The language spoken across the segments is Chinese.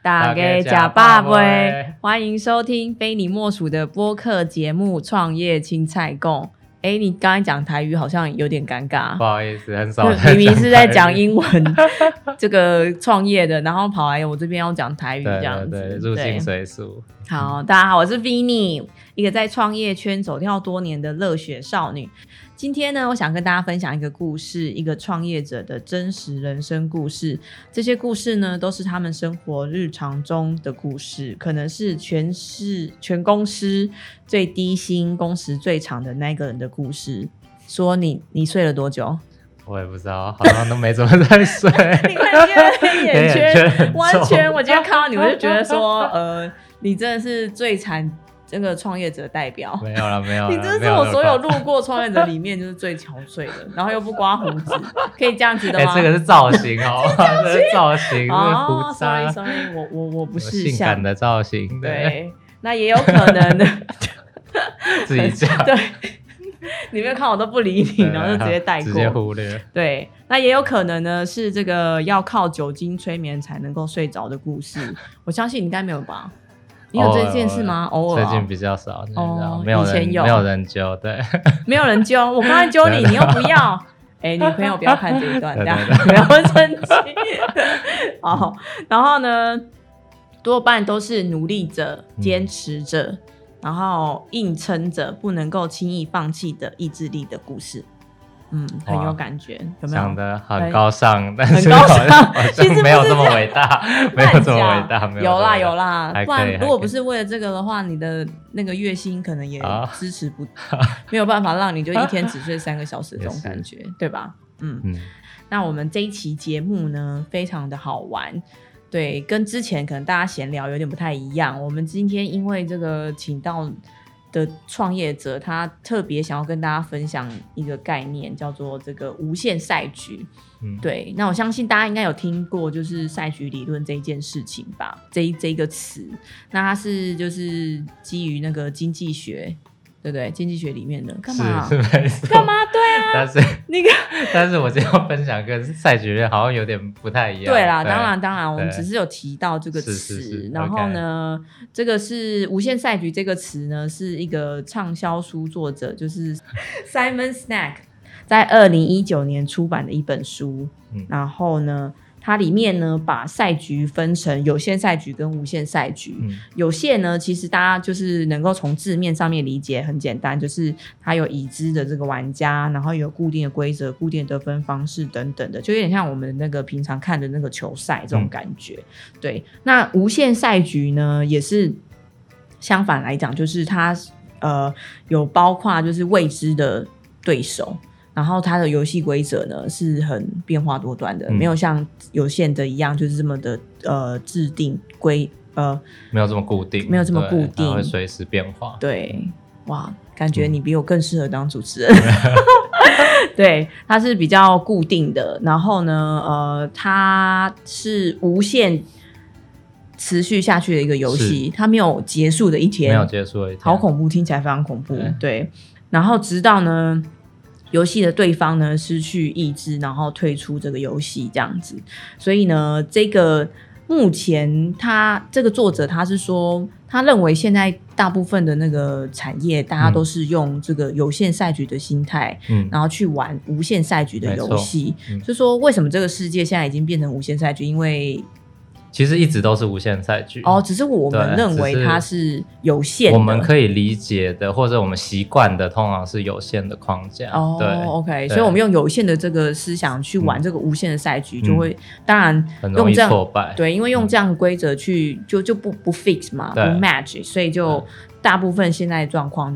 大家假爸喂，欢迎收听非你莫属的播客节目《创业青菜贡》。你刚才讲台语好像有点尴尬， 不好意思，很少明明是在讲英文这个创业的，然后跑来我这边要讲台语这样子， 对，入境随俗。 好，大家好，我是 Vinny， 一个在创业圈走跳多年的热血少女。今天呢，我想跟大家分享一个故事，一个创业者的真实人生故事。这些故事呢，都是他们生活日常中的故事，可能是全公司最低薪、工时最长的那个人的故事。说你睡了多久？ 我也不知道，好像都没怎么在睡。 你看现在黑眼圈，完全，我今天看到你，我就觉得说，你真的是最惨。这个创业者代表没有了，你真是我所有路过创业者里面就是最憔悴的，然后又不刮胡子，可以这样子的吗？ 这个是造型哦，这是造型， 哦胡渣。 sorry， 我不是性感的造型， 对，那也有可能的， 自己讲， 对，你没有看我都不理你，然后就直接带过， 直接忽略。 对，那也有可能呢是这个要靠酒精催眠才能够睡着的故事，我相信你应该没有吧？你有这件事吗？偶尔， 最近比较少，没有人揪，对， 没有人揪。我刚才揪你，你又不要。女朋友不要看这一段，这样不要生气。好，然后呢，多半都是努力着、坚持着，然后硬撑着，不能够轻易放弃的意志力的故事。很有感觉，有没有？ 讲得很高尚，但是好像没有这么伟大，没有这么伟大， 有啦，不然如果不是为了这个的话，你的那个月薪可能也支持不，没有办法让你就一天只睡3个小时这种感觉，对吧？那我们这一期节目呢，非常的好玩。对，跟之前可能大家闲聊有点不太一样。我们今天因为这个请到的创业者，他特别想要跟大家分享一个概念，叫做这个无限赛局。对，那我相信大家应该有听过就是赛局理论这一件事情吧，这一个词。那它是就是基于那个经济学，对不对？经济学里面的干嘛？ 是没错。 干嘛？对啊。 但是我今天要分享跟赛局论好像有点不太一样。 对啦，当然，我们只是有提到这个词。是然后呢，这个是无限赛局这个词呢，是一个畅销书作者，就是 Simon Sinek 在2019年出版的一本书。然后呢，它里面呢把赛局分成有限赛局跟无限赛局。有限呢，其实大家就是能够从字面上面理解，很简单，就是它有已知的这个玩家，然后有固定的规则、固定的得分方式等等的，就有点像我们那个平常看的那个球赛这种感觉。对，那无限赛局呢，也是相反来讲，就是它有包括就是未知的对手。然后它的游戏规则呢是很变化多端的，没有像有限的一样就是这么的制定没有这么固定，它会随时变化。 对，哇，感觉你比我更适合当主持人。对，它是比较固定的，然后呢它是无限持续下去的一个游戏，它没有结束的一天， 没有结束的一天， 好恐怖，听起来非常恐怖。对，然后直到呢游戏的对方呢失去意志，然后退出这个游戏这样子。所以呢，这个目前他这个作者他是说，他认为现在大部分的那个产业，大家都是用这个有限赛局的心态，然后去玩无限赛局的游戏。就说为什么这个世界现在已经变成无限赛局？因为其实一直都是无限赛局只是我们认为它是有限的， 我们可以理解的或者我们习惯的通常是有限的框架。对 OK， 所以我们用有限的这个思想去玩这个无限的赛局，就会当然很容易挫败。 对，因为用这样的规则去就不 fix 嘛，不 match， 所以就大部分现在的状况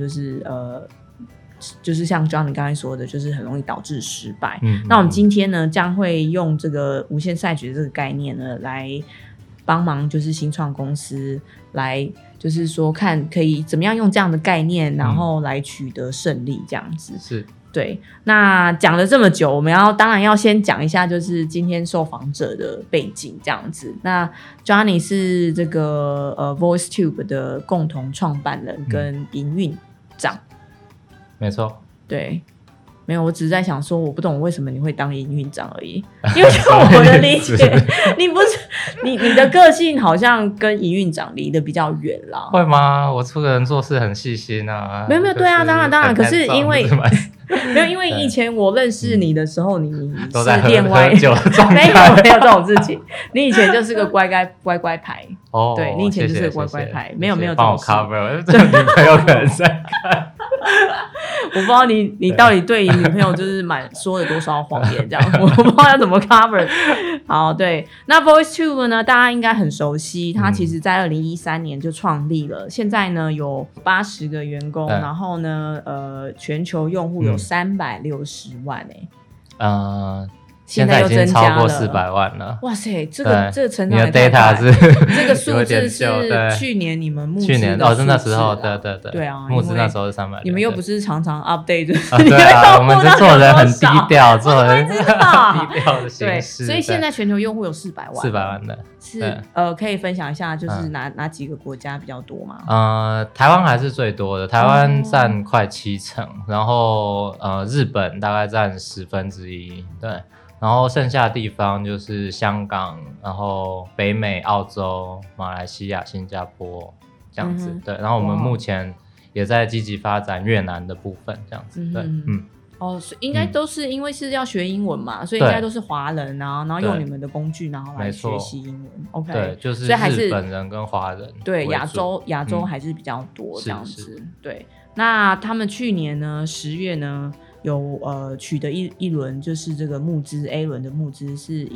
就是像 John 你刚才说的，就是很容易导致失败。那我们今天呢将会用这个无限赛局的这个概念呢来帮忙，就是新创公司来就是说看可以怎么样用这样的概念，然后来取得胜利这样子。 是， 对。那讲了这么久，我们当然要先讲一下就是今天受访者的背景这样子。那 Johnny 是这个VoiceTube 的共同创办人跟营运长。 没错。 对， 没有，我只是在想说，我不懂为什么你会当营运长而已。因为就我的理解，你不是你的个性好像跟营运长离得比较远啦。 会吗？我出个人做事很细心啊。 没有，对啊，当然。可是因为没有，因为以前我认识你的时候，你都在是恋外喝酒的状态， 没有这种事情。你以前就是个乖牌。 哦， 对，你以前就是个乖牌，没有这种事。 帮我 cover， 这女朋友可能在看。 我不知道你到底对你女朋友就是说了多少谎言，这样我不知道要怎么 cover。好，对，那 VoiceTube 呢，大家应该很熟悉，它其实在2013年就创立了，现在呢有80个员工，然后呢全球用户有360万现在已经超过400万了。 哇塞，这个成长你的 data 是这个数字是去年你们募资的数字， 去年那时候， 对啊， 募资那时候是300。 你们又不是常常 update， 对啊，我们这做人很低调，做人低调的形式。 所以现在全球用户有400万，400 万的是可以分享一下，就是哪几个国家比较多吗？ 台湾还是最多的，台湾占快70%，然后日本大概占1/10，对。然后剩下的地方就是香港，然后北美、澳洲、马来西亚、新加坡这样子，对。然后我们目前也在积极发展越南的部分，这样子，对， 应该都是因为是要学英文嘛，所以应该都是华人啊，然后用你们的工具，然后来学习英文。OK， 对，就是日本人跟华人， 对，亚洲还是比较多这样子，对。那他们去年呢10月呢？有取得一轮就是这个募资 A 轮的募资是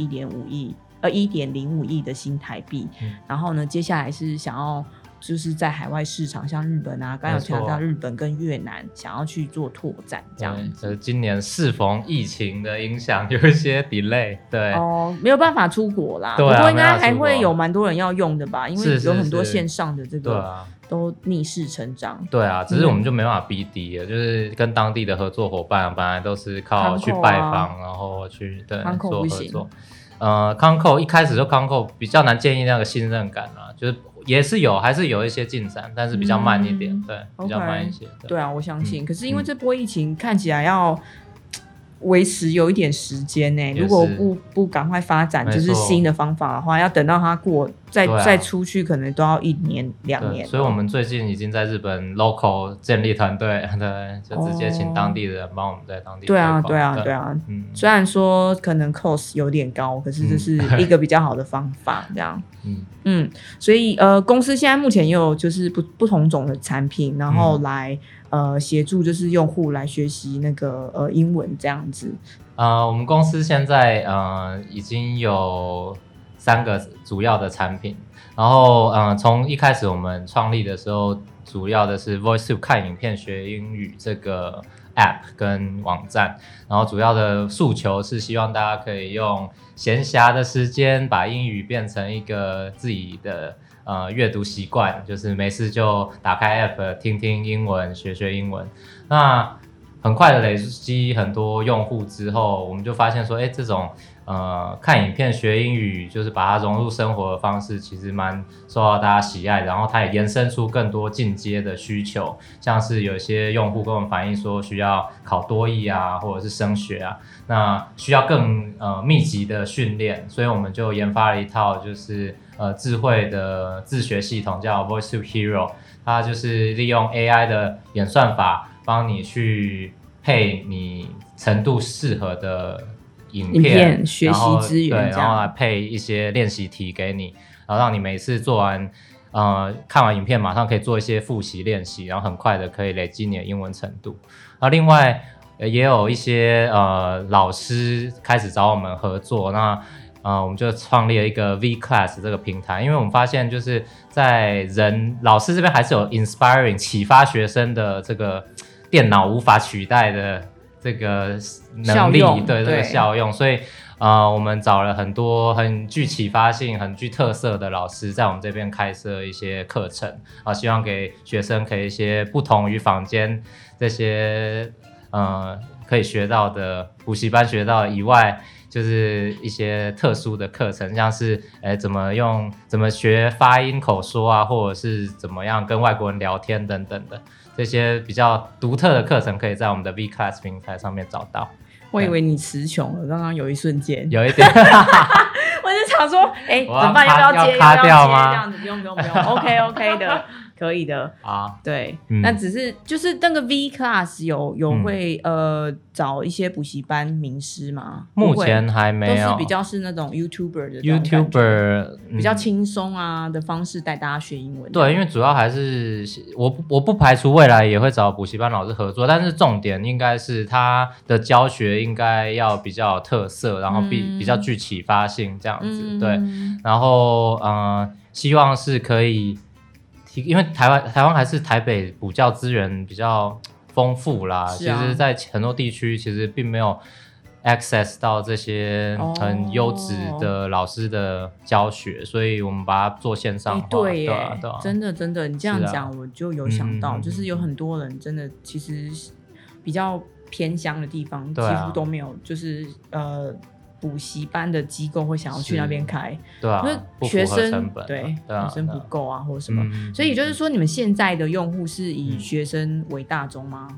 1.05亿的新台币，然后呢接下来是想要就是在海外市场，像日本啊，刚刚有提到日本跟越南想要去做拓展这样子。 今年适逢疫情的影响，有一些 delay， 对没有办法出国啦。不过应该还会有蛮多人要用的吧，因为有很多线上的这个都逆势成长。 对啊，只是我们就没办法 BD 了，就是跟当地的合作伙伴本来都是靠去拜访，然后去做合作。Conco 一开始就 Conco 比较难建立那个信任感啊，就是还是有一些进展，但是比较慢一点，对，比较慢一些。 对啊，我相信。可是因为这波疫情看起来要维持有一点时间呢，如果不赶快发展就是新的方法的话，要等到它过再出去，可能都要1年2年。 所以我们最近已经在日本 local 建立团队，对，就直接请当地的人帮我们在当地推广。 对啊。虽然说可能 cost 有点高，可是这是一个比较好的方法，这样。所以公司现在目前也有就是不同种的产品，然后来协助就是用户来学习那个英文这样子。 我们公司现在已经有3个主要的产品，然后从一开始我们创立的时候，主要的是 VoiceTube 看影片学英语这个 App 跟网站，然后主要的诉求是希望大家可以用闲暇的时间把英语变成一个自己的阅读习惯，就是没事就打开 App 听听英文，学英文。那很快的累积很多用户之后，我们就发现说，这种看影片学英语，就是把它融入生活的方式，其实蛮受到大家喜爱的。然后它也延伸出更多进阶的需求，像是有些用户跟我们反映说，需要考多益啊，或者是升学啊，那需要更密集的训练，所以我们就研发了一套就是智慧的自学系统，叫 VoiceTube Hero， 它就是利用 AI 的演算法，帮你去配你程度适合的影片学习资源， 然后来配一些练习题给你，然后让你每次做完看完影片马上可以做一些复习练习，然后很快的可以累积你的英文程度。然后另外也有一些老师开始找我们合作，那我们就创立了一个 V-Class 这个平台，因为我们发现就是在老师这边还是有 inspiring 启发学生的这个电脑无法取代的这个能力，对这个效用，所以我们找了很多很具启发性、很具特色的老师，在我们这边开设一些课程希望给学生可以一些不同于坊间这些可以学到的补习班学到以外，就是一些特殊的课程，像是怎么学发音口说啊，或者是怎么样跟外国人聊天等等的这些比较独特的课程可以在我们的 V Class 平台上面找到。 我以为你词穷了，刚刚有一瞬间有一点我就想说怎么办，要不要接卡掉吗？ 这样子不用OK 的可以的啊。对，那只是就是那个 V Class 有会找一些补习班名师吗？ 目前还没有， 都是比较是那种 YouTuber 的 YouTuber 比较轻松啊的方式带大家学英文。 对，因为主要还是我不排除未来也会找补习班老师合作，但是重点应该是他的教学应该要比较有特色，然后比较具启发性这样子。对，然后希望是可以因为台湾还是台北补教资源比较丰富啦，其实在很多地区其实并没有 access 到这些很优质的老师的教学，所以我们把它做线上化。 对耶，真的你这样讲我就有想到，就是有很多人真的其实比较偏乡的地方几乎都没有，就是补习班的机构会想要去那边开， 对啊， 因为学生成本对学生不够啊，或者什么，所以也就是说，你们现在的用户是以学生为大宗吗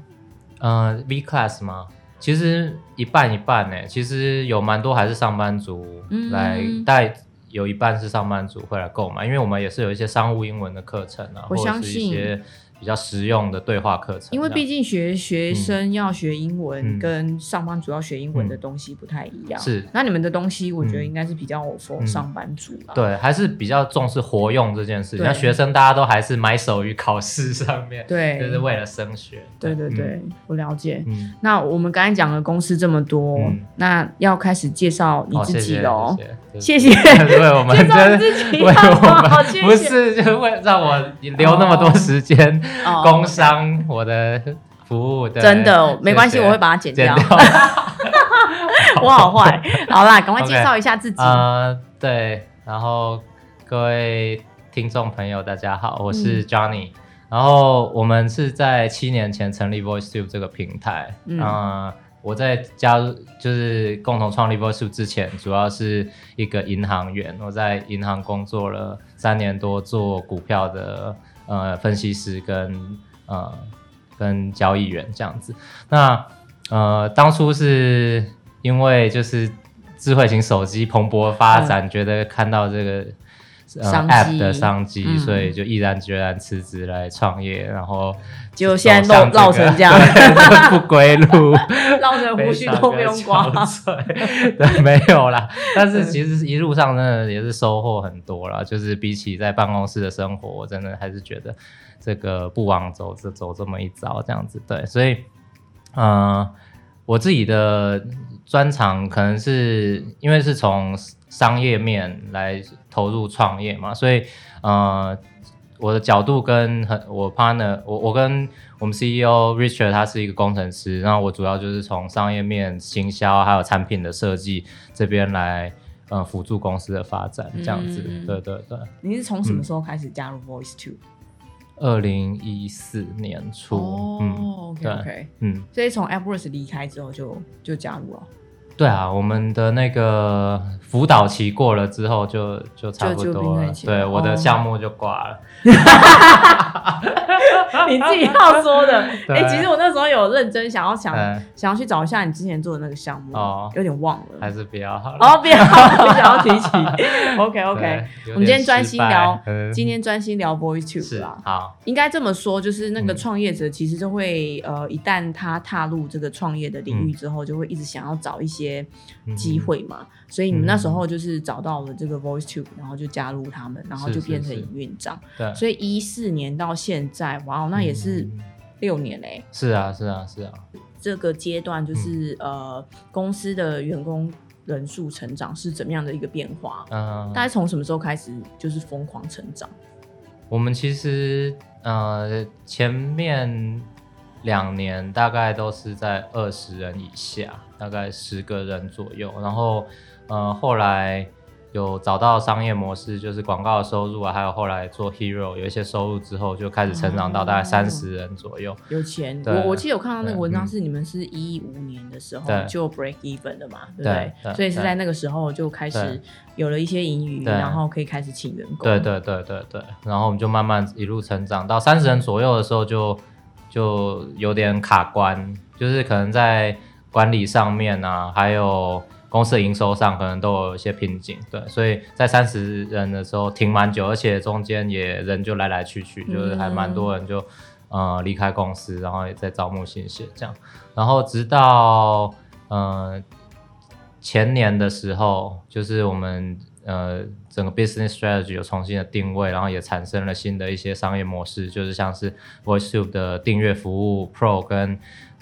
？V Class 吗？其实一半一半呢，其实有蛮多还是上班族来带，有一半是上班族会来购买，因为我们也是有一些商务英文的课程啊， 我相信或者是一些比较实用的对话课程， 因为毕竟学生要学英文跟上班族要学英文的东西不太一样。 是， 那你们的东西我觉得应该是比较for上班族啦。 对，还是比较重视活用这件事。那学生大家都还是埋首于考试上面， 对， 就是为了升学。 对，我了解。那我们刚才讲的公司这么多，那要开始介绍你自己喽。谢谢， 为我们介绍自己， 为我们不是就为让我留那么多时间工商我的服务的， 真的没关系，我会把它剪掉。我好坏，好啦，赶快介绍一下自己。 对，然后各位听众朋友，大家好，我是 Johnny。然后我们是在7年前成立 VoiceTube 这个平台。我在加入就是共同创立 VoiceTube 之前，主要是一个银行员，我在银行工作了3年多，做股票的分析师跟交易员这样子。那当初是因为就是智慧型手机蓬勃发展，觉得看到这个app 的商机，所以就毅然决然辞职来创业，然后结果现在绕成这样， 不归路， 绕着胡须都不用刮。 对，没有啦。但是其实一路上真的也是收获很多啦，就是比起在办公室的生活，我真的还是觉得这个不枉走这么一遭这样子。对，所以我自己的专长可能是因为是从商业面来投入创业嘛，所以我的角度跟我 partner， 我跟我们 CEO Richard 他是一个工程师，然后我主要就是从商业面、行销还有产品的设计这边来辅助公司的发展这样子。对。 你是从什么时候开始加入 VoiceTube？2014年初。 OK， 所以从 AppWorks 离开之后就加入了。 对啊，我们的那个辅导期过了之后就差不多了，对，我的项目就挂了。 你自己要说的。其实我那时候有认真想要去找一下你之前做的那个项目，有点忘了， 还是不要好了。 不要，不想要提起。OK， 我们今天专心聊 VoiceTube 啦。好，应该这么说，就是那个创业者其实就会一旦他踏入这个创业的领域之后，就会一直想要找一些机会嘛。所以你们那时候就是找到了这个 VoiceTube， 然后就加入他们，然后就变成营运长。对，所以14年到现在，哇，那也是6年嘞。 是啊。 这个阶段就是公司的员工人数成长是怎么样的一个变化？大概从什么时候开始就是疯狂成长？ 我们其实前面2年大概都是在20人以下，大概10个人左右，然后后来有找到商业模式，就是广告的收入啊，还有后来做 Hero 有一些收入之后，就开始成长到大概30人左右。 有钱，我记得有看到那个文章是你们是15年的时候就 break even 的嘛，对不对？所以是在那个时候就开始有了一些盈余，然后可以开始请员工。 对，然后我们就慢慢一路成长到30人左右的时候就就有点卡关，就是可能在管理上面啊，还有公司的营收上可能都有一些瓶颈，对，所以在30人的时候停蛮久，而且中间也人就来来去去，就是还蛮多人就离开公司，然后也在招募新血这样，然后直到前年的时候，就是我们整个 business strategy 有重新的定位，然后也产生了新的一些商业模式，就是像是 VoiceTube 的订阅服务 Pro 跟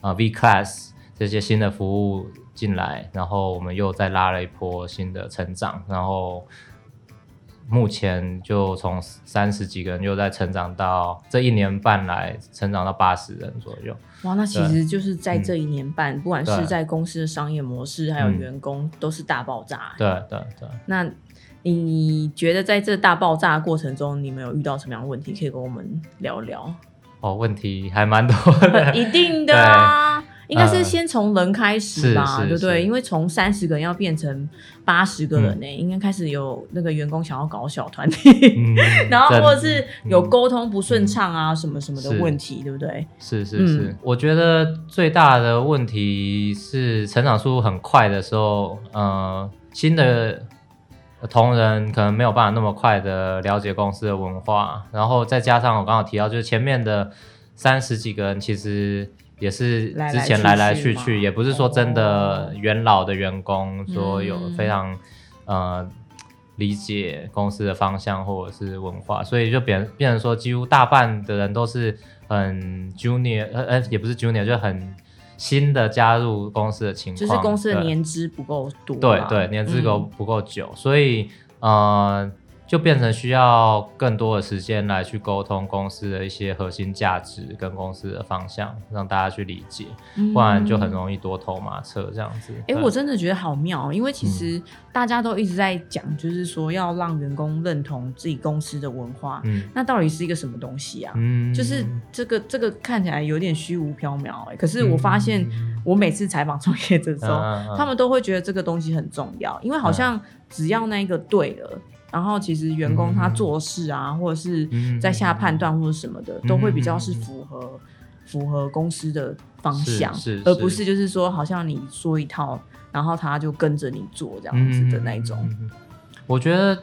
V-Class 这些新的服务进来，然后我们又再拉了一波新的成长，然后目前就从30几个人又在成长到这1年半来成长到80人左右。 哇，那其实就是在这1年半，不管是在公司的商业模式还有员工都是大爆炸。 对。 那你觉得在这大爆炸的过程中，你们有遇到什么样的问题可以跟我们聊聊？ 问题还蛮多的。 一定的啊，应该是先从人开始吧，对不对？因为从30个人要变成80个人应该开始有那个员工想要搞小团体，然后或者是有沟通不顺畅啊，什么什么的问题，对不对？ 是，我觉得最大的问题是成长速度很快的时候，新的同仁可能没有办法那么快的了解公司的文化，然后再加上我刚刚提到，就是前面的30几个人其实也是之前来来去去，也不是说真的元老的员工说有非常理解公司的方向或者是文化，所以就变成说几乎大半的人都是很 junior， 也不是 junior， 就很新的加入公司的情况， 就是公司的年资不够多， 对，年资不够久，所以就变成需要更多的时间来去沟通公司的一些核心价值跟公司的方向，让大家去理解，不然就很容易多头马车这样子。 我真的觉得好妙，因为其实大家都一直在讲，就是说要让员工认同自己公司的文化，那到底是一个什么东西啊？就是这个看起来有点虚无缥缈，可是我发现我每次采访创业者的时候，他们都会觉得这个东西很重要，因为好像只要那个对了，然后其实员工他做事啊，或者是在下判断或者什么的，都会比较是符合公司的方向，而不是就是说好像你说一套，然后他就跟着你做这样子的那一种。 我觉得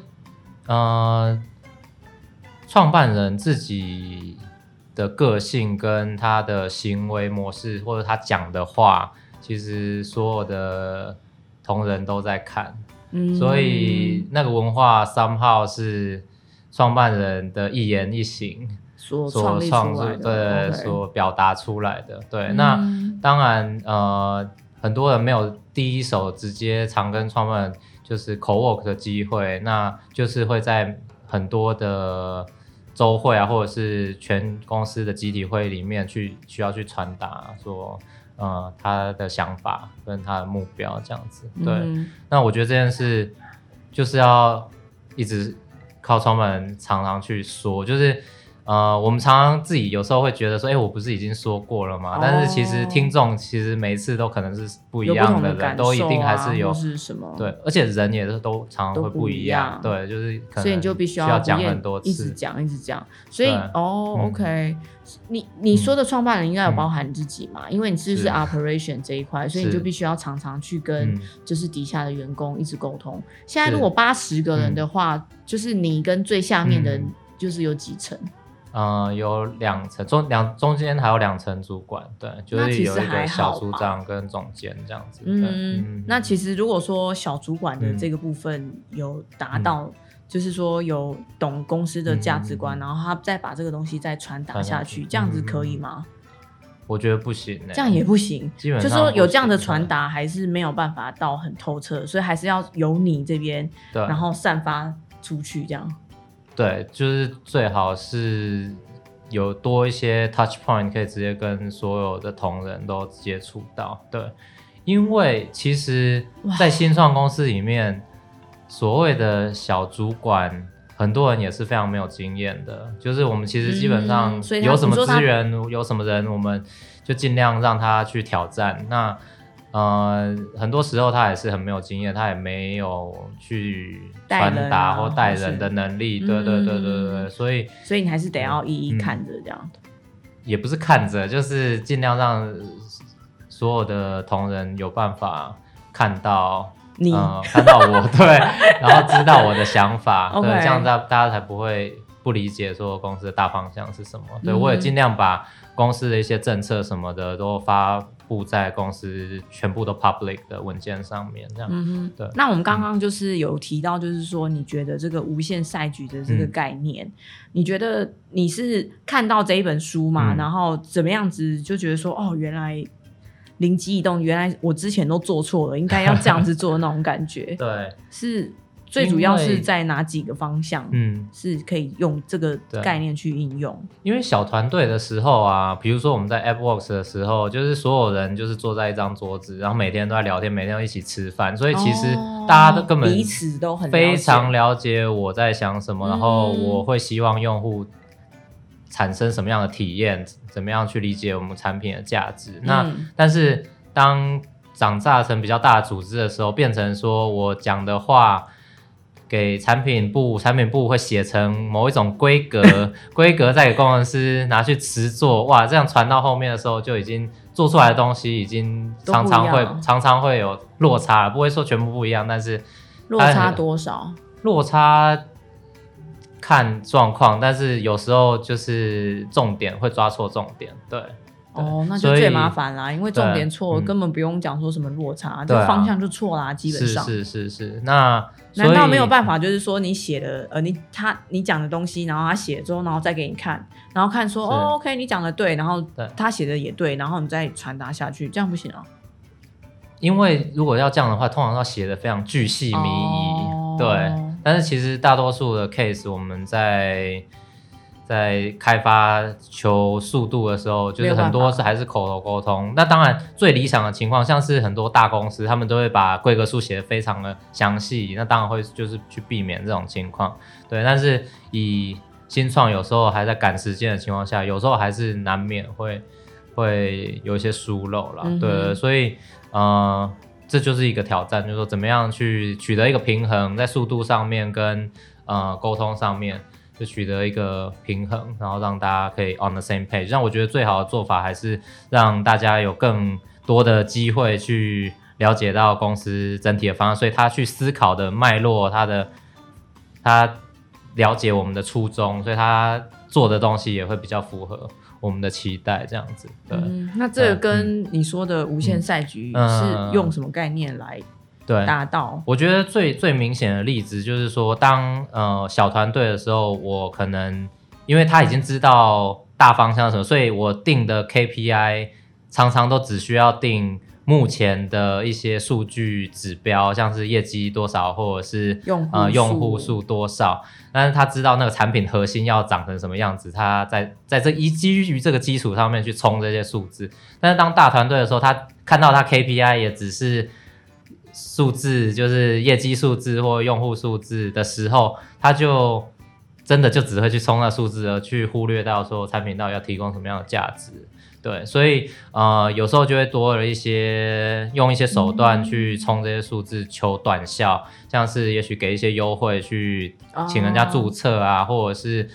创办人自己的个性跟他的行为模式，或者他讲的话，其实所有的同仁都在看。所以那个文化 somehow 是创办人的一言一行所创立出来的， 对，所表达出来的。对，那当然很多人没有第一手直接常跟创办人就是 co-work 的机会，那就是会在很多的周会啊，或者是全公司的集体会里面需要去传达说他的想法跟他的目标这样子。对，那我觉得这件事就是要一直靠创办人常常去说，就是我们常常自己有时候会觉得说，我不是已经说过了吗？但是其实听众其实每一次都可能是不一样的人，都一定还是有是什么？ 对，而且人也都常常会不一样。对，就是可能所以你就必须要讲很多次， 一直讲。所以OK，你说的创办人应该有包含你自己嘛？因为你是 operation 这一块，所以你就必须要常常去跟就是底下的员工一直沟通。现在如果80个人的话，就是你跟最下面的人就是有几层？ 有2层，中间还有2层主管，对，就是有一个小组长跟总监这样子。 那其实如果说小主管的这个部分有达到，就是说有懂公司的价值观，然后他再把这个东西再传达下去，这样子可以吗？ 我觉得不行这样也不行， 基本上就是说有这样的传达还是没有办法到很透彻，所以还是要由你这边，然后散发出去这样。 对，就是最好是有多一些 touch point 可以直接跟所有的同仁都接触到。对，因为其实在新创公司里面，所谓的小主管很多人也是非常没有经验的，就是我们其实基本上有什么资源有什么人，我们就尽量让他去挑战。那很多时候他也是很没有经验，他也没有去传达或带人的能力。对，所以你还是得要一一看着这样。 也不是看着，就是尽量让所有的同仁有办法看到你、 看到我，对，然后知道我的想法，对， okay. 这样大家才不会不理解说公司的大方向是什么。对，我也尽量把公司的一些政策什么的都发布在公司全部都 public 的文件上面，这样。对。 那我们刚刚就是有提到，就是说你觉得这个无限赛局的这个概念，你觉得你是看到这一本书嘛，然后怎么样子就觉得说，哦，原来灵机一动，原来我之前都做错了，应该要这样子做的那种感觉。 对， 是最主要是在哪几个方向是可以用这个概念去应用？ 因为小团队的时候啊，比如说我们在 AppWorks 的时候，就是所有人就是坐在一张桌子，然后每天都在聊天，每天都一起吃饭，所以其实大家都根本彼此都很非常了解我在想什么，然后我会希望用户产生什么样的体验，怎么样去理解我们产品的价值。那但是当长大成比较大的组织的时候，变成说我讲的话给产品部会写成某一种规格再给工程师拿去实作，哇，这样传到后面的时候，就已经做出来的东西已经常常会有落差了，不会说全部不一样，但是落差多少？ 落差看状况，但是有时候就是重点会抓错重点，对。 那就最麻烦啦，因为重点错，根本不用讲说什么落差，这个方向就错啦，基本上是。那难道没有办法，就是说你写的你讲的东西，然后他写了之后，然后再给你看，然后看说OK 你讲的对，然后他写的也对，然后你再传达下去，这样不行啊？因为如果要这样的话，通常要写的非常巨细靡遗，对。但是其实大多数的 case 我们在开发求速度的时候，就是很多是还是口头沟通。那当然最理想的情况，像是很多大公司他们都会把规格书写得非常的详细，那当然会就是去避免这种情况，对。但是以新创有时候还在赶时间的情况下，有时候还是难免会有一些疏漏啦，对。所以这就是一个挑战，就是说怎么样去取得一个平衡，在速度上面跟沟通上面就取得一个平衡，然后让大家可以 on the same page。让我觉得最好的做法还是让大家有更多的机会去了解到公司整体的方向，所以他去思考的脉络，他了解我们的初衷，所以他做的东西也会比较符合我们的期待，这样子。对， 那这个跟你说的无限赛局是用什么概念来达到？ 我觉得最明显的例子就是说，当小团队的时候，我可能因为他已经知道大方向是什么，所以我定的 KPI 常常都只需要定目前的一些数据指标，像是业绩多少或者是用户数多少，但是他知道那个产品核心要长成什么样子，他在基于这个基础上面去冲这些数字。但是当大团队的时候，他看到他 KPI 也只是数字，就是业绩数字或用户数字的时候，他就真的就只会去冲那数字，而去忽略到说产品到底要提供什么样的价值。对，所以有时候就会多了用一些手段去冲这些数字求短效，像是也许给一些优惠去请人家注册啊，或者是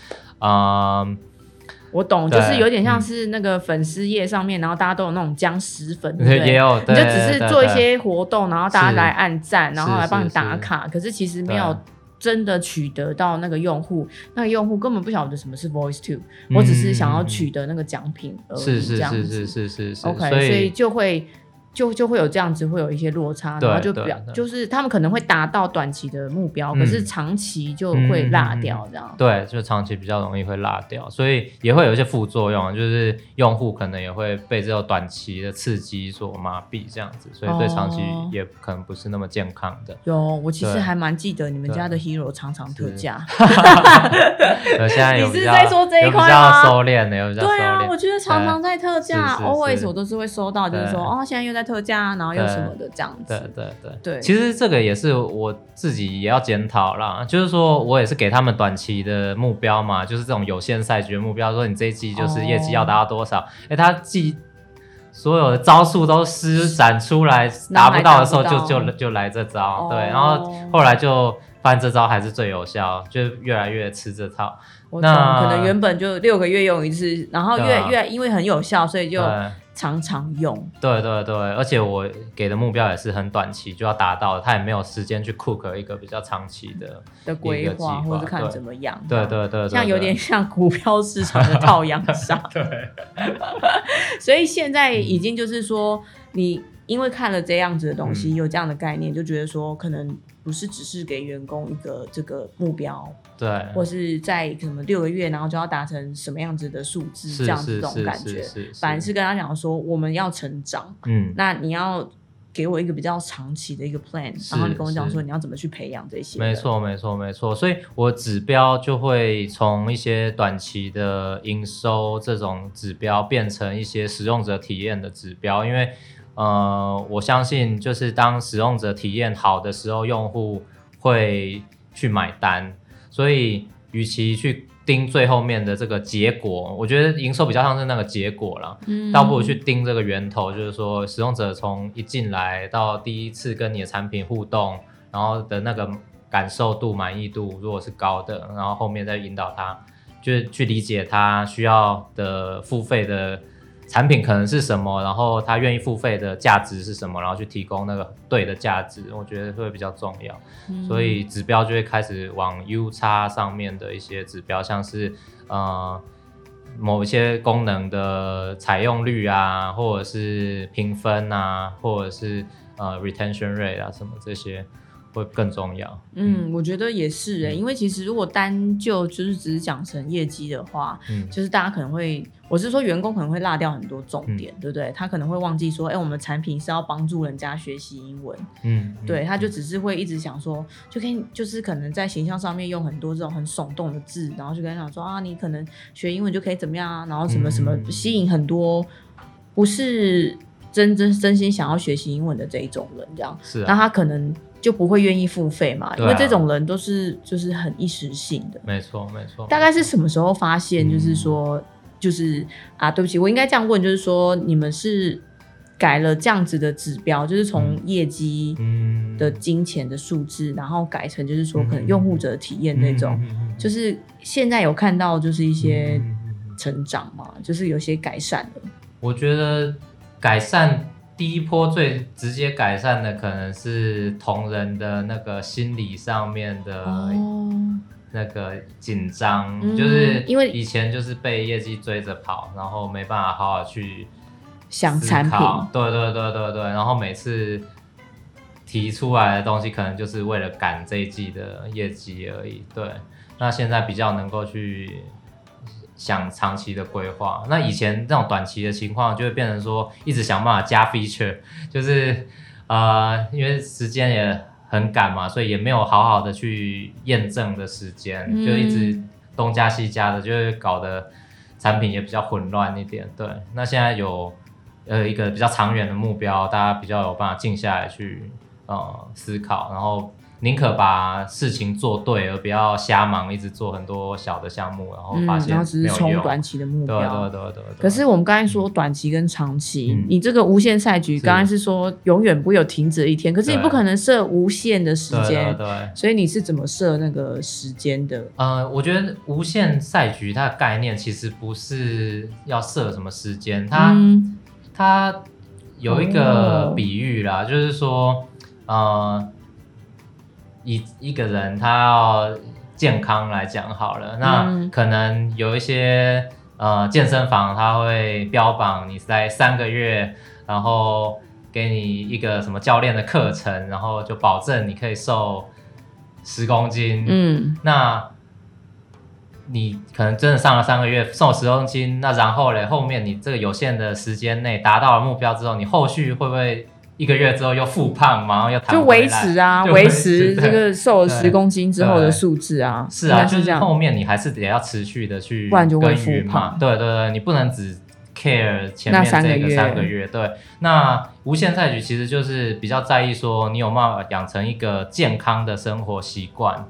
我懂，就是有点像是那个粉丝页上面，然后大家都有那种僵尸粉，对不对？也有，你就只是做一些活动，然后大家来按赞，然后来帮你打卡，可是其实没有真的取得到那个用户，那个用户根本不晓得什么是 VoiceTube，我只是想要取得那个奖品而已，这样子。是 OK， 所以就会有这样子，会有一些落差，然后就是他们可能会达到短期的目标，可是长期就会落掉这样。 对，就长期比较容易会落掉，所以也会有一些副作用，就是用户可能也会被这种短期的刺激所麻痹这样子，所以对长期也可能不是那么健康的。 我其实还蛮记得你们家的 Hero 常常特价。 现在你是在说这一块吗？ 有比较收敛的， 对啊，我觉得常常在特价 ，always 我都是会收到，就是说现在又在特价，然后又什么的这样子。对， 其实这个也是我自己也要检讨啦，就是说我也是给他们短期的目标嘛，就是这种有限赛局的目标，说你这一季就是业绩要达到多少，他既所有的招数都施展出来，达不到的时候就来这招，对，然后后来就发现这招还是最有效，就越来越吃这套。 我懂，可能原本就6个月用一次，然后越因为很有效，所以就常常用。 对，而且我给的目标也是很短期就要达到的，他也没有时间去 cook 一个比较长期的规划，或者看怎么样。 对， 像有点像股票市场的套养上。 对， 所以现在已经就是说，你因为看了这样子的东西，有这样的概念，就觉得说可能不是只是给员工一个这个目标， 对， 或是在什么6个月，然后就要达成什么样子的数字，这样子这种感觉，反而是跟他讲说我们要成长，那你要给我一个比较长期的一个 plan， 然后你跟我讲说你要怎么去培养这些。 没错，所以我指标就会从一些短期的营收这种指标变成一些使用者体验的指标，因为我相信就是当使用者体验好的时候，用户会去买单，所以与其去盯最后面的这个结果，我觉得营收比较像是那个结果啦，倒不如去盯这个源头，就是说使用者从一进来到第一次跟你的产品互动，然后的那个感受度、满意度如果是高的，然后后面再引导他，就是去理解他需要的付费的产品可能是什么，然后他愿意付费的价值是什么，然后去提供那个对的价值，我觉得会比较重要。所以指标就会开始往 UX 上面的一些指标，像是某一些功能的采用率啊，或者是评分啊，或者是retention rate 啊什么这些会更重要。 我觉得也是因为其实如果单就是只是讲成业绩的话，就是大家可能会，我是说员工可能会落掉很多重点，对不对？他可能会忘记说，我们产品是要帮助人家学习英文，对，他就只是会一直想说，就是可能在形象上面用很多这种很耸动的字，然后就跟他讲说你可能学英文就可以怎么样啊，然后什么什么吸引很多不是真心想要学习英文的这一种人，这样，那他可能就不会愿意付费嘛，因为这种人都是就是很一时性的。 没错。 大概是什么时候发现，就是说，就是对不起，我应该这样问，就是说你们是改了这样子的指标，就是从业绩的金钱的数字，然后改成就是说可能用户者体验那种，就是现在有看到就是一些成长嘛，就是有些改善了。 我觉得改善第一波最直接改善的可能是同仁的那个心理上面的那个紧张，就是因为以前就是被业绩追着跑，然后没办法好好去想产品， 对，然后每次提出来的东西可能就是为了赶这一季的业绩而已。对，那现在比较能够去想长期的规划，那以前这种短期的情况就会变成说一直想办法加 feature， 就是因为时间也很赶嘛，所以也没有好好的去验证的时间，就一直东加西加的，就会搞得产品也比较混乱一点。对，那现在有一个比较长远的目标，大家比较有办法静下来去思考，然后宁可把事情做对，而不要瞎忙，一直做很多小的项目，然后发现没有用， 然后只是冲短期的目标。 对。 可是我们刚才说短期跟长期，你这个无限赛局刚才是说永远不会有停止的一天，可是你不可能设无限的时间，对，所以你是怎么设那个时间的？ 我觉得无限赛局它的概念其实不是要设什么时间，它有一个比喻啦，就是说以一个人他要健康来讲好了，那可能有一些健身房他会标榜你在3个月，然后给你一个什么教练的课程，然后就保证你可以瘦10公斤。那你可能真的上了3个月，瘦10公斤，那然后嘞，后面你这个有限的时间内达到了目标之后，你后续会不会1个月之后又复胖嘛，然后又弹回来， 就维持维持这个瘦了10公斤之后的数字啊？ 是啊，就是后面你还是得要持续的去不然就会复胖。 对，你不能只 care 前面这个3个月。对，那无限赛局其实就是比较在意说你有没有养成一个健康的生活习惯。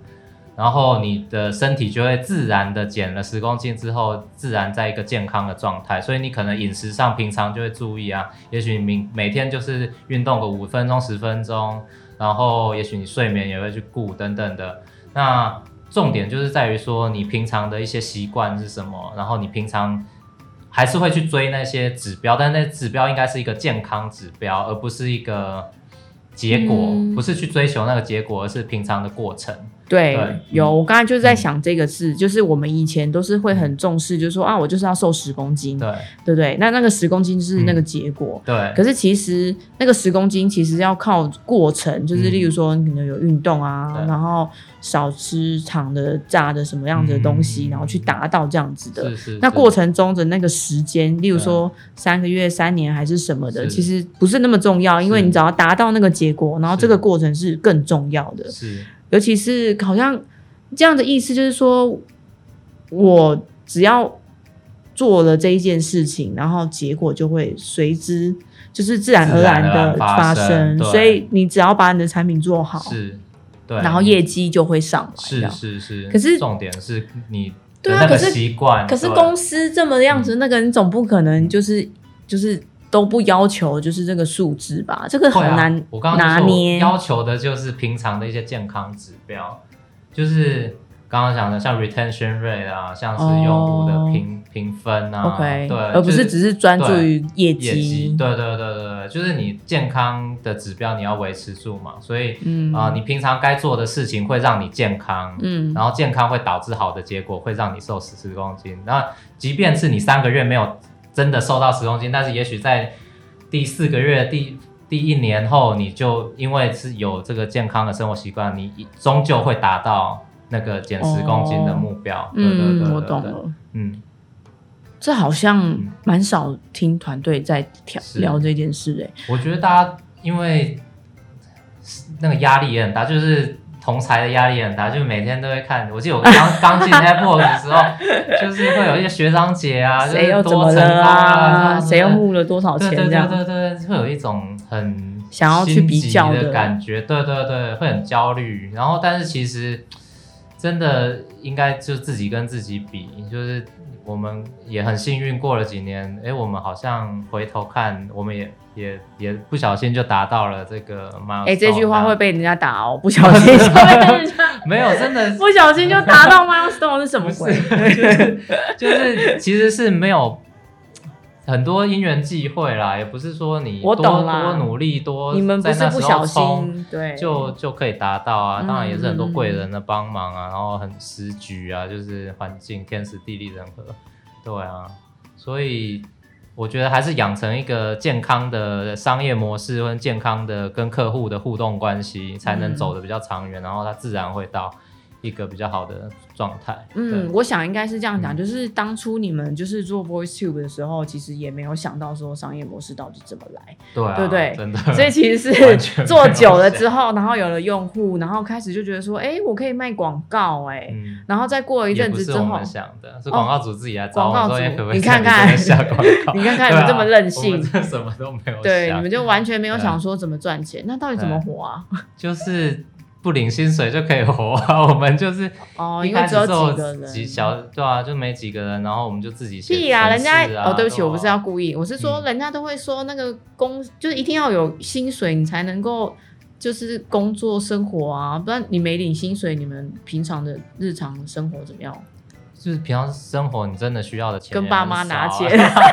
然后你的身体就会自然的减了10公斤之后，自然在一个健康的状态。所以你可能饮食上平常就会注意啊，也许你每天就是运动个5分钟10分钟，然后也许你睡眠也会去顾等等的。那重点就是在于说你平常的一些习惯是什么，然后你平常还是会去追那些指标，但那指标应该是一个健康指标，而不是一个结果，不是去追求那个结果，而是平常的过程。 对，有，我刚才就是在想这个事，就是我们以前都是会很重视，就是说啊，我就是要瘦10公斤，对不对？那个10公斤就是那个结果， 对。 可是其实那个10公斤其实要靠过程，就是例如说你可能有运动啊，然后少吃糖的、炸的什么样子的东西，然后去达到这样子的。那过程中的那个时间，例如说3个月、3年还是什么的，其实不是那么重要，因为你只要达到那个结果，然后这个过程是更重要的。 是。 尤其是好像这样的意思，就是说我只要做了这一件事情，然后结果就会随之就是自然而然的发生。所以你只要把你的产品做好， 是，对， 然后业绩就会上来。 是。 可是重点是你的那个习惯。 可是公司这么样子，那个你总不可能就是都不要求就是这个数字吧，这个很难我刚刚拿捏。 要求的就是平常的一些健康指标，就是刚刚讲的像 retention rate 啊，像是用户的评分啊， OK， 对， 而不是只是专注于业绩。 对，就是你健康的指标你要维持住嘛，所以你平常该做的事情会让你健康，然后健康会导致好的结果，会让你瘦10公斤。那即便是你3个月没有真的瘦到10公斤，但是也许在第4个月、第1年后，你就因为是有这个健康的生活习惯，你终究会达到那个减10公斤的目标。对， 我懂了。这好像蛮少听团队在聊这件事我觉得大家因为那个压力也很大，就是同侪的压力很大，就每天都会看。我记得我刚进 Apple 的时候，就是会有一些学长姐啊， 谁又怎么了啊， 谁又募了多少钱这样， 对，会有一种很想要去比较的感觉，对，会很焦虑。然后，但是其实真的应该就自己跟自己比，就是我们也很幸运，过了几年，我们好像回头看，我们也不小心就达到了这个 milestone。 这句话会被人家打哦，不小心就被人家没有，真的不小心就达到 milestone 是什么鬼？ 就是其实是没有很多因缘际会啦，也不是说你多努力多， 你们不是不小心对就可以达到啊。当然也是很多贵人的帮忙啊，然后很时局啊，就是环境天时地利人和，对啊，所以我觉得还是养成一个健康的商业模式，跟健康的跟客户的互动关系，才能走得比较长远，然后它自然会到一个比较好的状态。 我想应该是这样讲，就是当初你们就是做 VoiceTube 的时候，其实也没有想到说商业模式到底怎么来， 对啊， 对不对？ 真的， 所以其实是做久了之后，然后有了用户，然后开始就觉得说，我可以卖广告，然后再过了一阵子之后， 也不是我们想的，是广告主自己来找我说，可不可以你看看下广告？ 你看看你们这么任性， 我们这什么都没有想， 对，你们就完全没有想说怎么赚钱，那到底怎么活啊？ 就是不领薪水就可以活啊！我们就是因为只有几个人， 对啊，就没几个人，然后我们就自己写。 屁啊！人家对不起，我不是要故意，我是说人家都会说那个就是一定要有薪水，你才能够就是工作生活啊，不然你没领薪水，你们平常的日常生活怎么样？ 就是平常生活你真的需要的钱， 跟爸妈拿钱，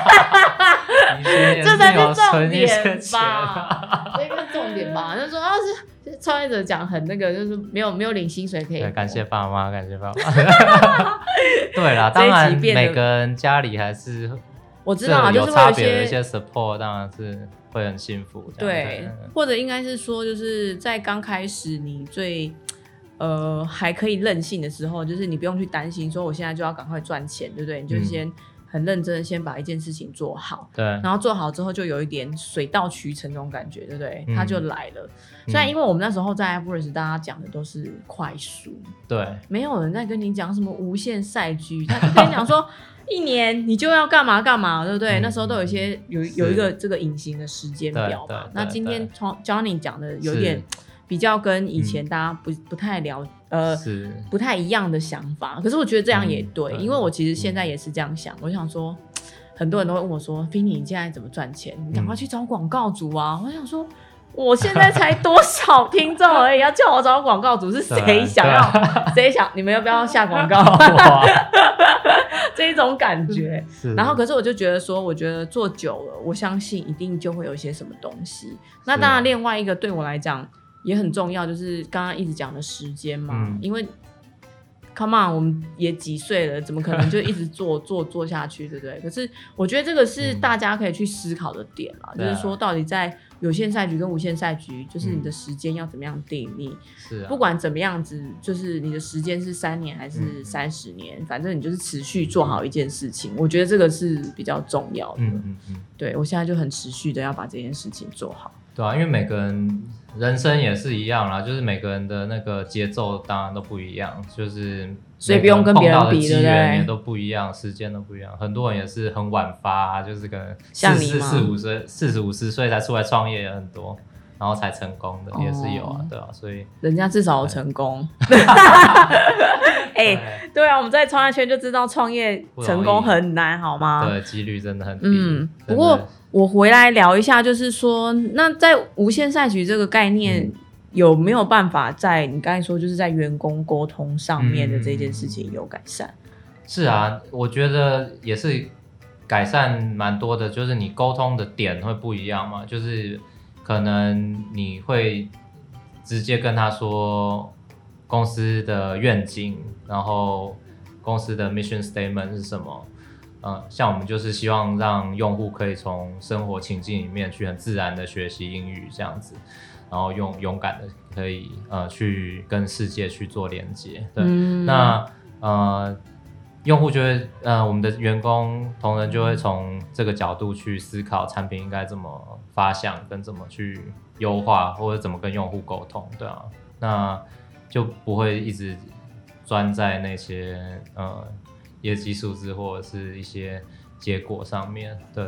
这才是重点吧？这个重点吧？就是说是创业者讲很那个，就是没有领薪水可以。 感谢爸妈，感谢爸妈。对啦，当然每个人家里还是我知道， 有差别的一些 support， 当然是会很幸福。 对，或者应该是说，就是在刚开始你最还可以任性的时候，就是你不用去担心说我现在就要赶快赚钱，对不对？你就先很认真的先把一件事情做好， 对， 然后做好之后就有一点水到渠成那种感觉，对不对？它就来了。虽然因为我们那时候在 AppWorks 大家讲的都是快速， 对， 没有人在跟你讲什么无限赛局，他就跟你讲说1年你就要干嘛干嘛，对不对？那时候都有一个这个隐形的时间表嘛。那今天 Johnny 讲的有点比较跟以前大家不太不太一样的想法。可是我觉得这样也对，因为我其实现在也是这样想，我想说很多人都会问我说 Finny 你现在怎么赚钱，你赶快去找广告主啊。我想说我现在才多少听众而已，要叫我找广告主是谁想要谁想你们要不要下广告这一种感觉。然后可是我就觉得说我觉得做久了我相信一定就会有一些什么东西。那当然另外一个对我来讲也很重要，就是刚刚一直讲的时间嘛，因为 come on 我们也几岁了，怎么可能就一直做下去对不对？可是我觉得这个是大家可以去思考的点啦，就是说到底在有限赛局跟无限赛局，就是你的时间要怎么样定义，不管怎么样子，就是你的时间是3年还是30年，反正你就是持续做好一件事情，我觉得这个是比较重要的。对，我现在就很持续的要把这件事情做好。 对啊，因为每个人人生也是一样啦，就是每个人的那个节奏当然都不一样，就是所以不用跟别人比，对不对？ 也都不一样，时间都不一样。很多人也是很晚发，就是可能40-50岁才出来创业，有很多，然后才成功的也是有啊，对啊，所以人家至少有成功。对啊，我们在创业圈就知道创业成功很难，好吗？ 对，几率真的很低。 不过我回来聊一下，就是说，那在无限赛局这个概念，有没有办法在你刚才说，就是在员工沟通上面的这件事情有改善？ 是啊，我觉得也是改善蛮多的，就是你沟通的点会不一样嘛，就是可能你会直接跟他说公司的愿景，然后公司的 mission statement 是什么。像我们就是希望让用户可以从生活情境里面去很自然的学习英语这样子，然后勇敢的可以去跟世界去做连接。对，那用户就会我们的员工同仁就会从这个角度去思考产品应该怎么发想跟怎么去优化，或者怎么跟用户沟通，对啊，那就不会一直钻在那些业绩数字或者是一些结果上面。对，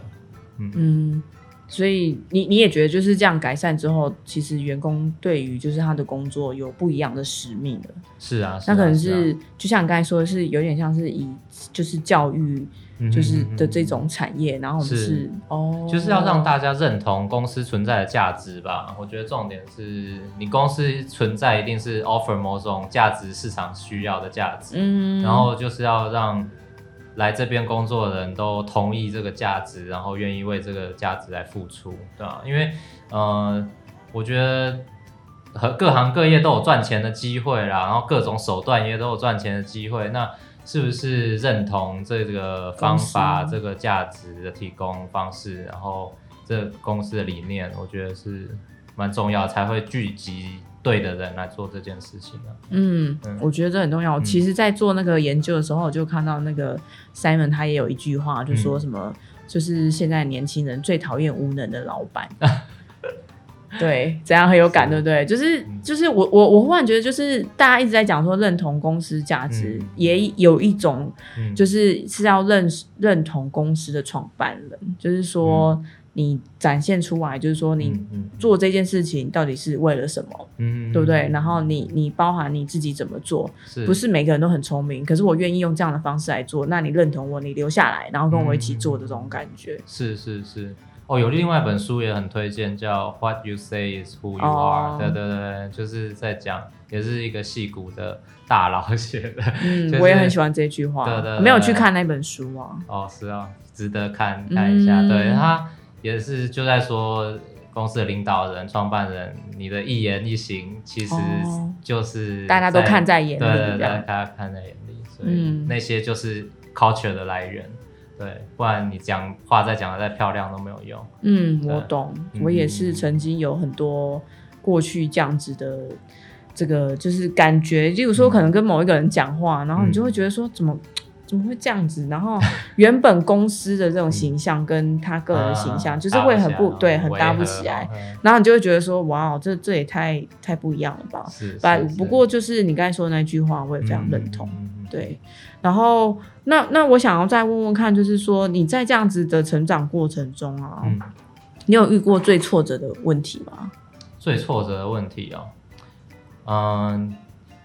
所以你也觉得就是这样改善之后，其实员工对于就是他的工作有不一样的使命了。 是啊， 那可能是就像你刚才说的是有点像是以就是教育就是的这种产业，然后我们是就是要让大家认同公司存在的价值吧。我觉得重点是你公司存在一定是 offer 某种价值市场需要的价值，然后就是要让来这边工作的人都同意这个价值，然后愿意为这个价值来付出，对吧？因为我觉得各行各业都有赚钱的机会啦，然后各种手段也都有赚钱的机会，那是不是认同这个方法、这个价值的提供方式，然后这公司的理念，我觉得是蛮重要，才会聚集对的人来做这件事情的。 我觉得这很重要。其实在做那个研究的时候，我就看到那个 Simon 他也有一句话，就说什么就是现在年轻人最讨厌无能的老板。对，怎样很有感，对不对？就是我忽然觉得，就是大家一直在讲说认同公司价值，也有一种就是要认同公司的创办人，就是说你展现出来，就是说你做这件事情到底是为了什么，对不对？然后你包含你自己怎么做，不是每个人都很聪明，可是我愿意用这样的方式来做，那你认同我，你留下来，然后跟我一起做的这种感觉， 是。有另外一本书也很推荐，叫 What You Say Is Who You Are。对，就是在讲，也是一个矽谷的大佬写的。 我也很喜欢这句话。对，没有去看那本书啊。 是啊，值得看一下。对，他也是就在说公司的领导人、创办人，你的一言一行其实就是大家都看在眼里， 对，大家看在眼里，所以那些就是 culture 的来源。对，不然你讲话再讲的再漂亮都没有用。 我懂，我也是曾经有很多过去这样子的这个就是感觉，例如说可能跟某一个人讲话，然后你就会觉得说怎么会这样子，然后原本公司的这种形象跟他个人的形象就是会很搭不起来，然后你就会觉得说哇，这也太不一样了吧。不过就是你刚才说的那句话我也非常认同。对，然后那我想要再问问看，就是说你在这样子的成长过程中啊，你有遇过最挫折的问题吗？ 最挫折的问题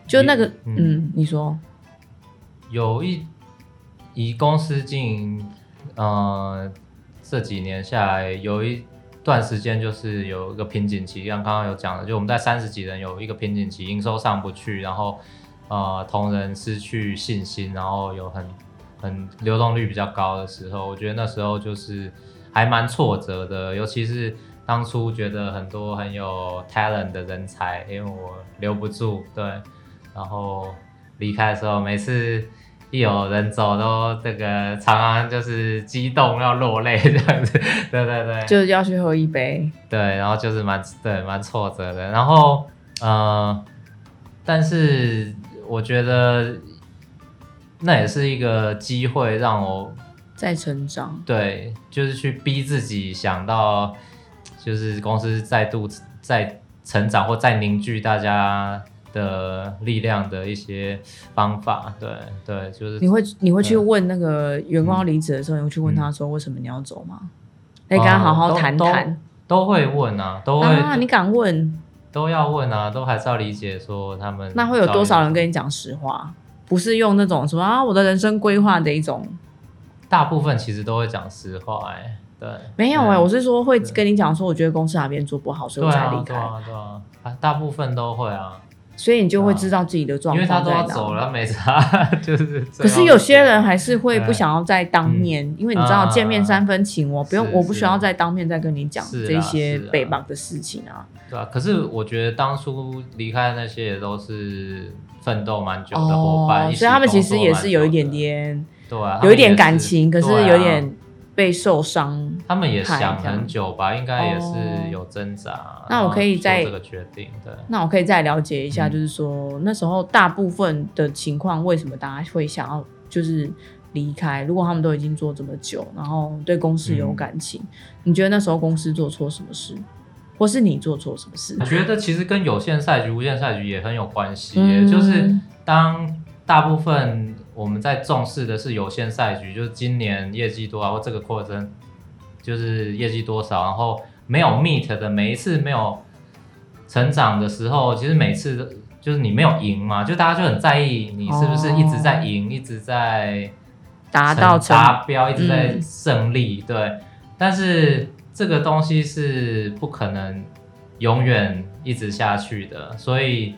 就那个你说以公司经营这几年下来，有一段时间就是有一个瓶颈期，像刚刚有讲的，就我们在30几人有一个瓶颈期，营收上不去，然后同仁失去信心，然后有很流动率比较高的时候，我觉得那时候就是还蛮挫折的，尤其是当初觉得很多很有 talent 的人才，因为我留不住，对，然后离开的时候，每次一有人走都这个常常就是激动要落泪这样子，对对对， 就是要去喝一杯， 对，然后就是蛮挫折的，然后但是我觉得那也是一个机会让我再成长， 对，就是去逼自己想到，就是公司再度再成长或再凝聚大家的力量的一些方法，对对，就是你会去问那个员工要离职的时候，你会去问他说为什么你要走吗？你跟他好好谈谈， 都会问啊，都会啊，你敢问？ 都要问啊，都还是要理解说他们。 那会有多少人跟你讲实话？不是用那种什么我的人生规划的一种。 大部分其实都会讲实话，对。 没有我是说会跟你讲说，我觉得公司哪边做不好，所以我才离开。 对啊，大部分都会啊。 所以你就会知道自己的状况在哪， 因为他都要走了，没差，就是。 可是有些人还是会不想要再当面，因为你知道见面3分情，我不需要再当面再跟你讲这些北bắc的事情啊。 对啊，可是我觉得当初离开的那些也都是奋斗蛮久的伙伴， 所以他们其实也是有一点点， 对啊， 有一点感情，可是有点被受伤。 他们也想很久吧，应该也是有挣扎。 那我可以再做这个决定，对。 那我可以再了解一下，就是说那时候大部分的情况，为什么大家会想要就是离开？如果他们都已经做这么久，然后对公司有感情，你觉得那时候公司做错什么事？或是你做错什么事？ 我觉得其实跟有限赛局、无限赛局也很有关系，就是当大部分我们在重视的是有限赛局，就是今年业绩多少或这个quarter就是业绩多少，然后没有 meet 的每一次没有成长的时候，其实每次就是你没有赢嘛，就大家就很在意你是不是一直在赢，一直在达标，一直在胜利，对，但是这个东西是不可能永远一直下去的，所以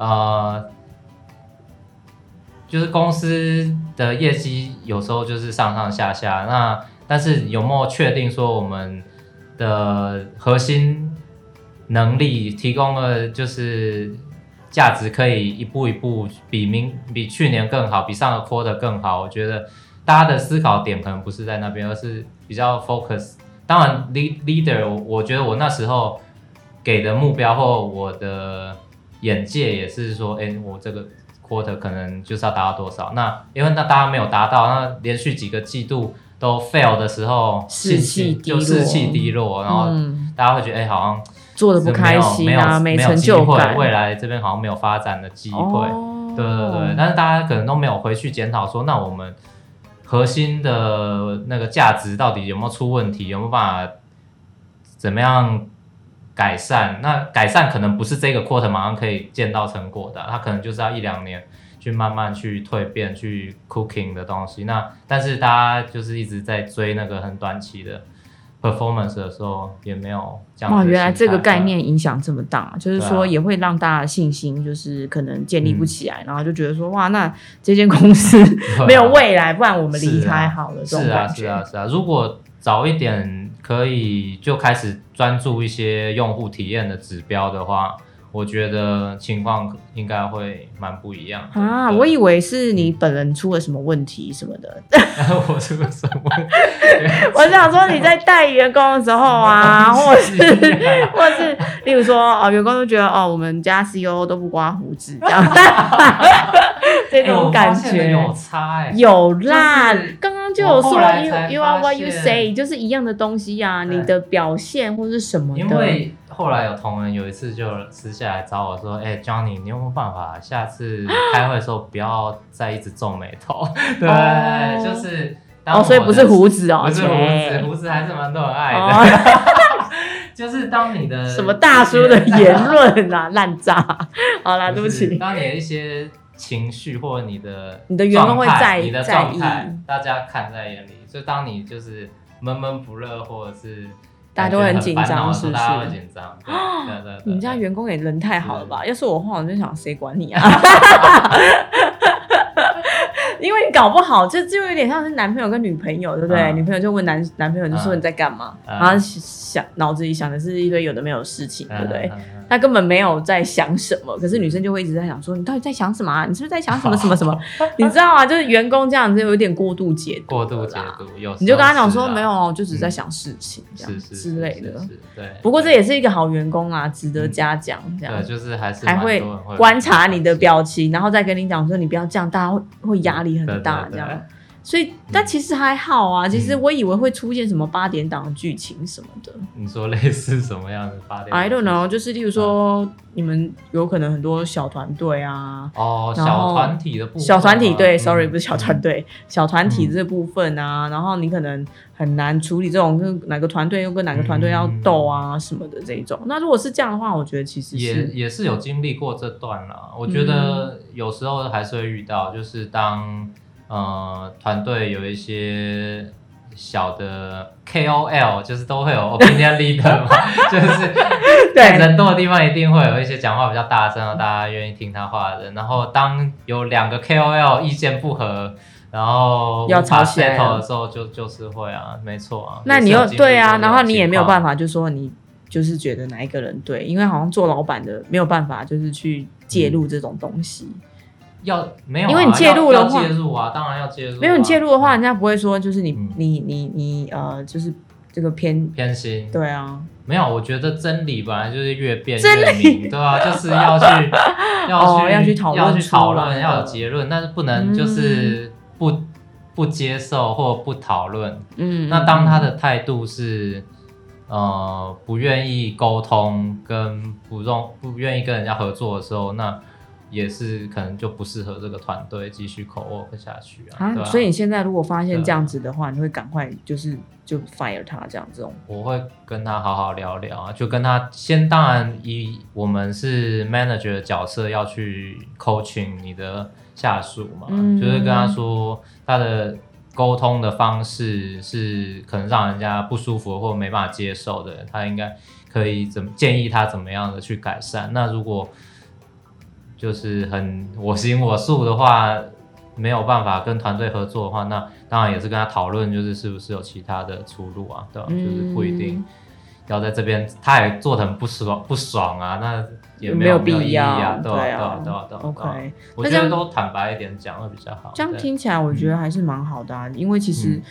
就是公司的业绩有时候就是上上下下，那但是有没有确定说我们的核心能力提供了就是价值可以一步一步比去年更好，比上个 quarter 更好？我觉得大家的思考点可能不是在那边，而是比较 focus。当然 leader 我觉得我那时候给的目标或我的眼界也是说，我这个 quarter 可能就是要达到多少，那因为大家没有达到，那连续几个季度都 fail 的时候，士气低落，然后大家会觉得好像做的不开心啊，没成就感， 未来这边好像没有发展的机会，对对对，但是大家可能都没有回去检讨说，那我们核心的那个价值到底有没有出问题，有没有办法怎么样改善？那改善可能不是这个 quarter 马上可以见到成果的，它可能就是要1-2年去慢慢去蜕变、去 cooking 的东西。那但是大家就是一直在追那个很短期的 performance 的时候，也没有这样。哇， 原来这个概念影响这么大，就是说也会让大家的信心就是可能建立不起来，然后就觉得说哇，那这间公司没有未来，不然我们离开好了。这种感觉是啊。如果早一点可以就开始专注一些用户体验的指标的话，我觉得情况应该会蛮不一样的啊！我以为是你本人出了什么问题什么的。 我出了什么问题？ 我想说你在带员工的时候啊，或是例如说员工都觉得我们家 CEO 都不刮胡子这样，这种感觉有差有啦。刚刚就有说 you are what you say， 就是一样的东西啊，你的表现或是什么的。 因为后来有同仁有一次就私下来找我说，Johnny， 你有没有办法下次开会的时候不要再一直皱眉头？对，就是所以不是胡子不是胡子还是蛮多人爱的。 就是当你的什么大叔的言论啊，烂炸。好啦，对不起。 当你的一些情绪或者你的员工会你的状态，大家看在眼里。所以当你就是闷闷不乐，或者是大家都会很紧张，是不是？ 大家会紧张。对， 你们家员工也人太好了吧？要是我的话，我就想谁管你啊？因为你搞不好就有点像是男朋友跟女朋友，对不对？女朋友就问男朋友就说你在干嘛，然后脑子里想的是一堆有的没有的事情，对不对？他根本没有在想什么，可是女生就会一直在想说你到底在想什么啊？你是不是在想什么什么什么？你知道啊？就是员工这样子有点过度解读，你就跟他讲说没有，就只是在想事情这样之类的。 对， 不过这也是一个好员工啊，值得嘉奖。这样对，就是还会观察你的表情，然后再跟你讲说你不要这样，大家会压力很大这样。所以，但其实还好啊。其实我以为会出现什么8点档的剧情什么的。 你说类似什么样的8点档 ？I don't know， 就是例如说，你们有可能很多小团队啊。 小团体的部分。 小团体对 ，sorry， 不是小团队，小团体这部分啊。然后你可能很难处理这种跟哪个团队又跟哪个团队要斗啊什么的这一种。那如果是这样的话，我觉得其实也是有经历过这段啦。我觉得有时候还是会遇到，就是当团队有一些小的 KOL， 就是都会有 opinion leader 嘛，就是在人多的地方一定会有一些讲话比较大声，大家愿意听他话的人。然后当有2个 KOL 意见不合，然后要吵起来的时候就是会啊，没错啊。 那你又对啊，然后你也没有办法就说你就是觉得哪一个人对，因为好像做老板的没有办法就是去介入这种东西。 没有啊， 因为你介入的话， 要介入啊，当然要介入啊。 没有你介入的话，人家不会说就是你就是这个偏心。 对啊， 没有，我觉得真理本来就是越辩越明，对啊，就是要去讨论，要有结论，但是不能就是不接受或不讨论。那当他的态度是不愿意沟通跟不愿意跟人家合作的时候，那也是可能就不适合这个团队继续 co-work 下去啊。 所以你现在如果发现这样子的话，你会赶快就 fire 他这样子。 我会跟他好好聊聊啊，就跟他当然以我们是 manager 的角色要去 coaching 你的下属嘛，就是跟他说他的沟通的方式是可能让人家不舒服或没办法接受的，他应该可以建议他怎么样的去改善。那如果就是很我行我素的话，没有办法跟团队合作的话，那当然也是跟他讨论，就是是不是有其他的出路啊，对吧？就是不一定要在这边，他也做得很不爽啊，那也没有意义啊，对啊。OK， 我觉得都坦白一点讲会比较好。 这样听起来我觉得还是蛮好的啊，因为其实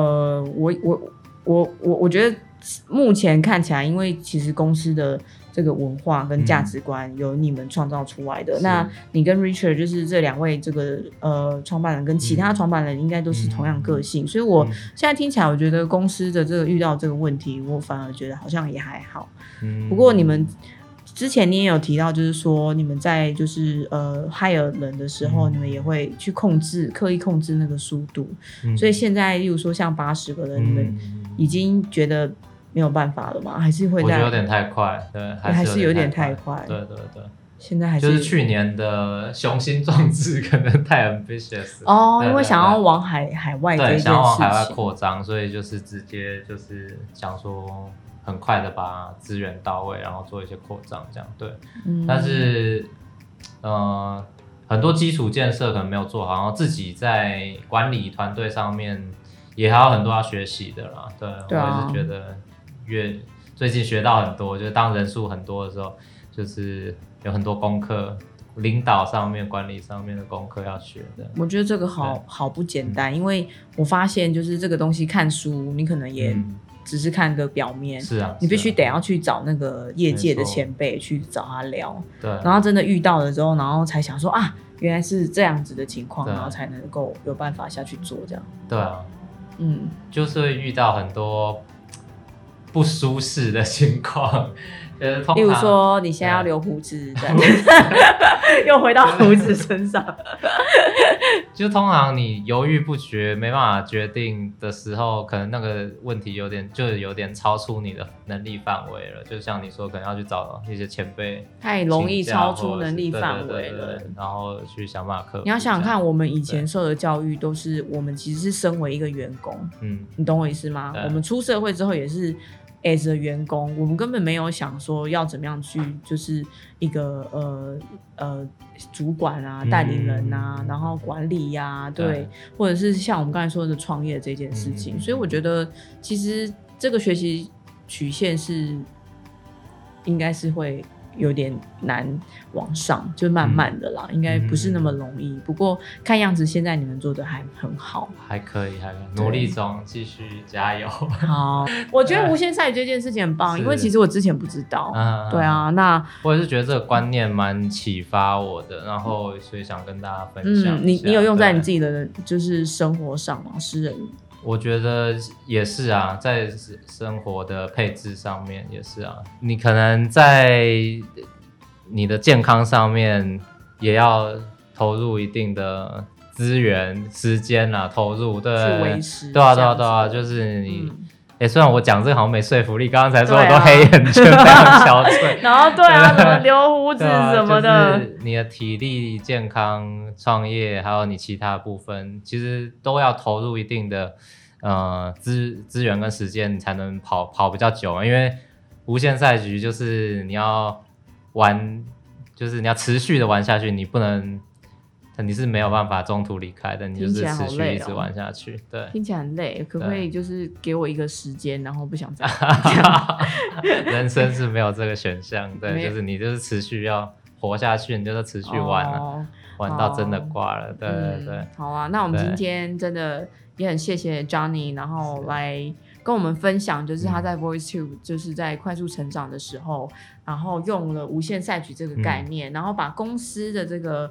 我觉得目前看起来，因为其实公司的这个文化跟价值观有你们创造出来的，那你跟 Richard 就是这2位这个创办人跟其他创办人应该都是同样个性，所以我现在听起来我觉得公司的这个遇到这个问题，我反而觉得好像也还好。不过你们之前你也有提到，就是说你们在就是hire 人的时候，你们也会去刻意控制那个速度，所以现在例如说像80个人，你们已经觉得没有办法了吗？还是会在？ 我觉得有点太快，对， 还是有点太快。 对， 现在还是就是去年的雄心壮志可能太 ambitious 因为想要往海外这件事情，对， 想要往海外扩张，所以就是直接就是想说很快的把资源到位，然后做一些扩张，这样对。但是很多基础建设可能没有做好，然后自己在管理团队上面也还有很多要学习的啦。对，我也是觉得最近学到很多，就是当人数很多的时候，就是有很多功课，领导上面、管理上面的功课要学的。 我觉得这个好不简单，因为我发现就是这个东西看书，你可能也只是看个表面， 是啊， 你必须得要去找那个业界的前辈去找他聊， 对， 然后真的遇到了之后，然后才想说啊，原来是这样子的情况，然后才能够有办法下去做这样。 对啊，就是会遇到很多不舒适的情况， 例如说你现在要留胡子，又回到胡子身上， 就通常你犹豫不决没办法决定的时候，可能那个问题有点超出你的能力范围了，就像你说可能要去找一些前辈， 太容易超出能力范围了， 对，然后去想办法克服。 你要想想看，我们以前受的教育都是我们其实是身为一个员工，你懂我意思吗？我们出社会之后也是as a 员工，我们根本没有想说要怎么样去就是一个主管啊、带领人啊，然后管理啊，对，或者是像我们刚才说的创业这件事情，所以我觉得其实这个学习曲线是应该是会有点难往上，就慢慢的啦，应该不是那么容易。不过看样子现在你们做的还很好， 还可以，努力中，继续加油。 好，我觉得无限赛局这件事情很棒，因为其实我之前不知道。对啊，那我也是觉得这个观念蛮启发我的，然后所以想跟大家分享。 你有用在你自己的就是生活上吗？私人？ 我觉得也是啊，在生活的配置上面也是啊，你可能在你的健康上面也要投入一定的资源、时间啊，投入对， 去维持。 对啊，就是你。虽然我讲这个好像没说服力，刚刚才说我都黑眼圈非常憔悴， 然后对啊，什么留胡子什么的， 就是你的体力、健康、创业，还有你其他部分，其实都要投入一定的资源跟时间，你才能跑比较久。因为无限赛局就是你要玩，就是你要持续的玩下去，你是没有办法中途离开的，你就是持续一直玩下去。对， 听起来很累，可不可以就是给我一个时间，然后不想再人生是没有这个选项，对，就是你就是持续要活下去，你就是持续玩了，玩到真的挂了，对。 好啊，那我们今天真的也很谢谢 Johnny， 然后来跟我们分享，就是他在 VoiceTube 就是在快速成长的时候，然后用了无限赛局这个概念，然后把公司的这个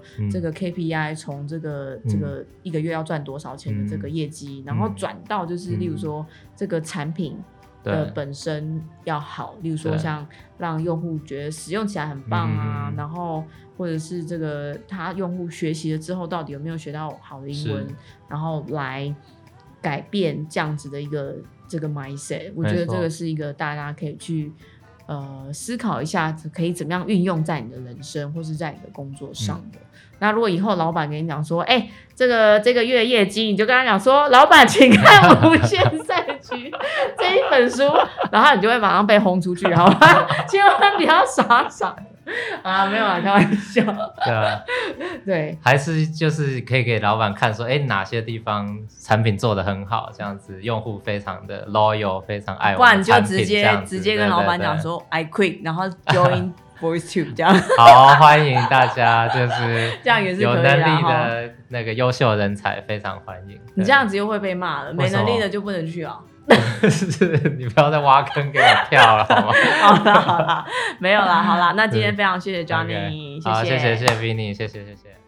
KPI 从这个一个月要赚多少钱的这个业绩，然后转到就是例如说这个产品的本身要好，例如说像让用户觉得使用起来很棒啊，然后或者是这个他用户学习了之后到底有没有学到好的英文，然后来改变这样子的一个这个 mindset， 我觉得这个是一个大家可以去思考一下，可以怎么样运用在你的人生或是在你的工作上的。那如果以后老板跟你讲说，这个月业绩，你就跟他讲说，老板请看《无限赛局》这一本书，然后你就会马上被轰出去，好吗？千万不要傻啊，没有啦，开玩笑。 对啊， 对， 还是就是可以给老板看说，哪些地方产品做得很好，这样子用户非常的 loyal， 非常爱我们的产品，不然就直接跟老板讲说 I quit， 然后 join VoiceTube 这样。 好，欢迎大家，就是这样也是可以有能力的那个优秀人才，非常欢迎。 你这样子又会被骂了，没能力的就不能去啊。 你不要再挖坑给我跳了，好吗？ 好啦，没有啦，好啦，那今天非常谢谢 Johnny， 好，谢谢 Vinny， 谢谢。